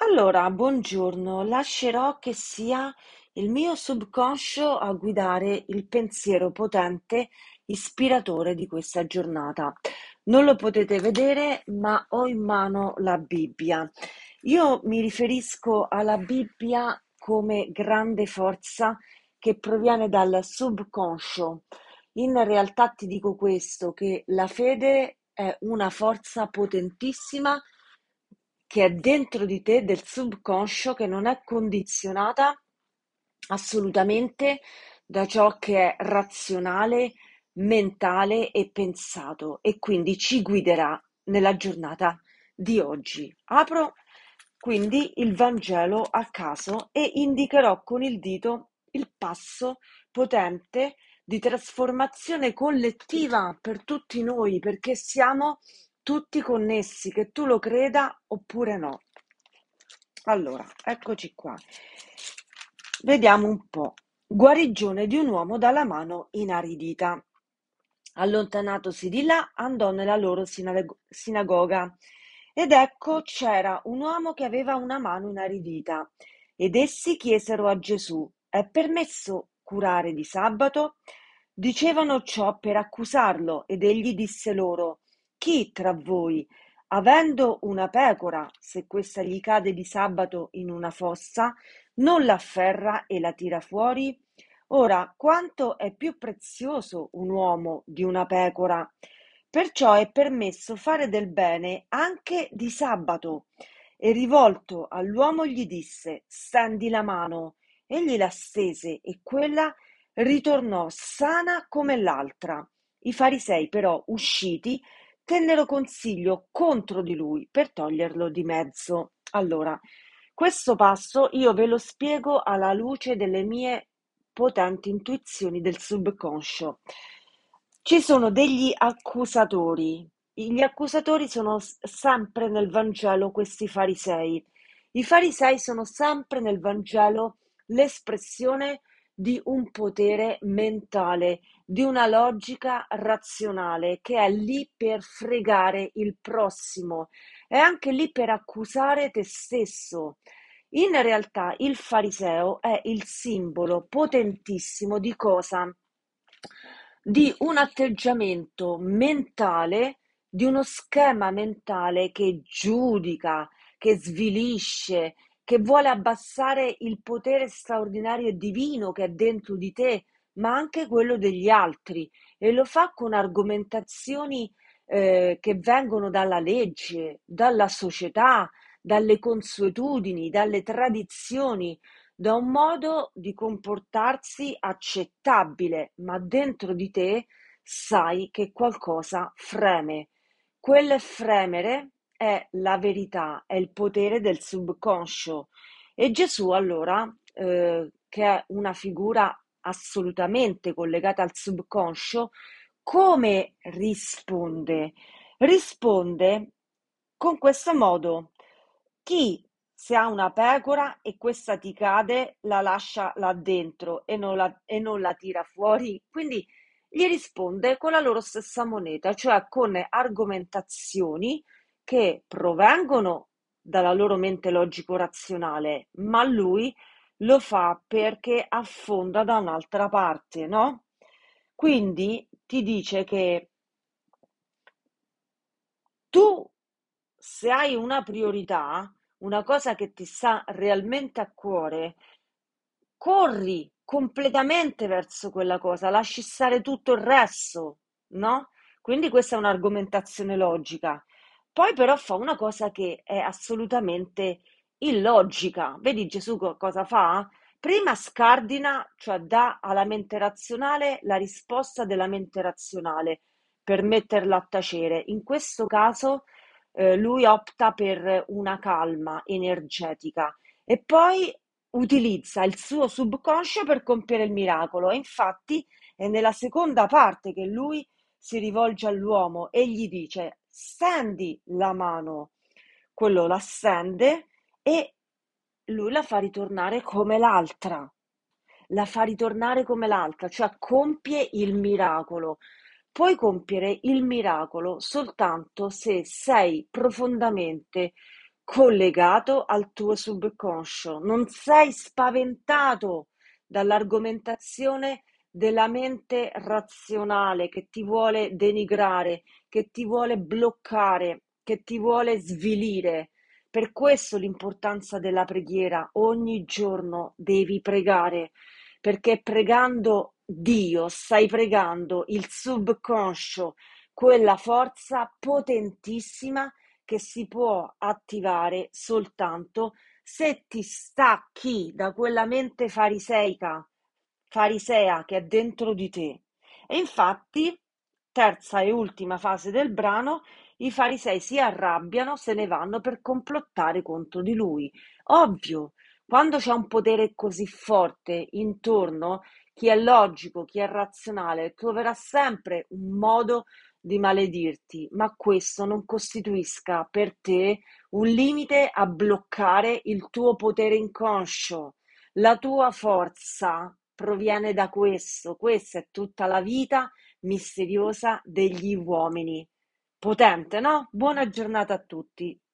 Allora, buongiorno, lascerò che sia il mio subconscio a guidare il pensiero potente, ispiratore di questa giornata. Non lo potete vedere, ma ho in mano la Bibbia. Io mi riferisco alla Bibbia come grande forza che proviene dal subconscio. In realtà ti dico questo, che la fede è una forza potentissima che è dentro di te, del subconscio, che non è condizionata assolutamente da ciò che è razionale, mentale e pensato, e quindi ci guiderà nella giornata di oggi. Apro quindi il Vangelo a caso e indicherò con il dito il passo potente di trasformazione collettiva per tutti noi, perché siamo tutti connessi, che tu lo creda oppure no. Allora, eccoci qua. Vediamo un po'. Guarigione di un uomo dalla mano inaridita. Allontanatosi di là, andò nella loro sinagoga. Ed ecco c'era un uomo che aveva una mano inaridita. Ed essi chiesero a Gesù: è permesso curare di sabato? Dicevano ciò per accusarlo, ed egli disse loro: chi tra voi, avendo una pecora, se questa gli cade di sabato in una fossa, non la afferra e la tira fuori? Ora, quanto è più prezioso un uomo di una pecora? Perciò è permesso fare del bene anche di sabato. E rivolto all'uomo gli disse: stendi la mano. Egli la stese e quella ritornò sana come l'altra. I farisei però, usciti, tennero consiglio contro di lui per toglierlo di mezzo. Allora, questo passo io ve lo spiego alla luce delle mie potenti intuizioni del subconscio. Ci sono degli accusatori. Gli accusatori sono sempre nel Vangelo questi farisei. I farisei sono sempre nel Vangelo l'espressione di un potere mentale, di una logica razionale che è lì per fregare il prossimo, è anche lì per accusare te stesso. In realtà il fariseo è il simbolo potentissimo di cosa? Di un atteggiamento mentale, di uno schema mentale che giudica, che svilisce, che vuole abbassare il potere straordinario e divino che è dentro di te, ma anche quello degli altri, e lo fa con argomentazioni che vengono dalla legge, dalla società, dalle consuetudini, dalle tradizioni, da un modo di comportarsi accettabile, ma dentro di te sai che qualcosa freme. Quel fremere è la verità, è il potere del subconscio. E Gesù allora, che è una figura assolutamente collegata al subconscio, come risponde? Risponde con questo modo: chi, se ha una pecora e questa ti cade, la lascia là dentro e non la tira fuori? Quindi gli risponde con la loro stessa moneta, cioè con argomentazioni che provengono dalla loro mente logico-razionale, ma lui lo fa perché affonda da un'altra parte, no? Quindi ti dice che tu, se hai una priorità, una cosa che ti sta realmente a cuore, corri completamente verso quella cosa, lasci stare tutto il resto, no? Quindi questa è un'argomentazione logica. Poi però fa una cosa che è assolutamente illogica. Vedi Gesù cosa fa? Prima scardina, cioè dà alla mente razionale la risposta della mente razionale per metterla a tacere. In questo caso lui opta per una calma energetica e poi utilizza il suo subconscio per compiere il miracolo. E infatti è nella seconda parte che lui si rivolge all'uomo e gli dice: stendi la mano. Quello la stende e lui la fa ritornare come l'altra. La fa ritornare come l'altra, cioè compie il miracolo. Puoi compiere il miracolo soltanto se sei profondamente collegato al tuo subconscio, non sei spaventato dall'argomentazione della mente razionale che ti vuole denigrare, che ti vuole bloccare, che ti vuole svilire. Per questo l'importanza della preghiera. Ogni giorno devi pregare, perché pregando Dio stai pregando il subconscio, quella forza potentissima che si può attivare soltanto se ti stacchi da quella mente farisea che è dentro di te. E infatti, terza e ultima fase del brano, i farisei si arrabbiano, se ne vanno per complottare contro di lui. Ovvio, quando c'è un potere così forte intorno, chi è logico, chi è razionale, troverà sempre un modo di maledirti, ma questo non costituisca per te un limite a bloccare il tuo potere inconscio. La tua forza proviene da questo, questa è tutta la vita misteriosa degli uomini. Potente, no? Buona giornata a tutti.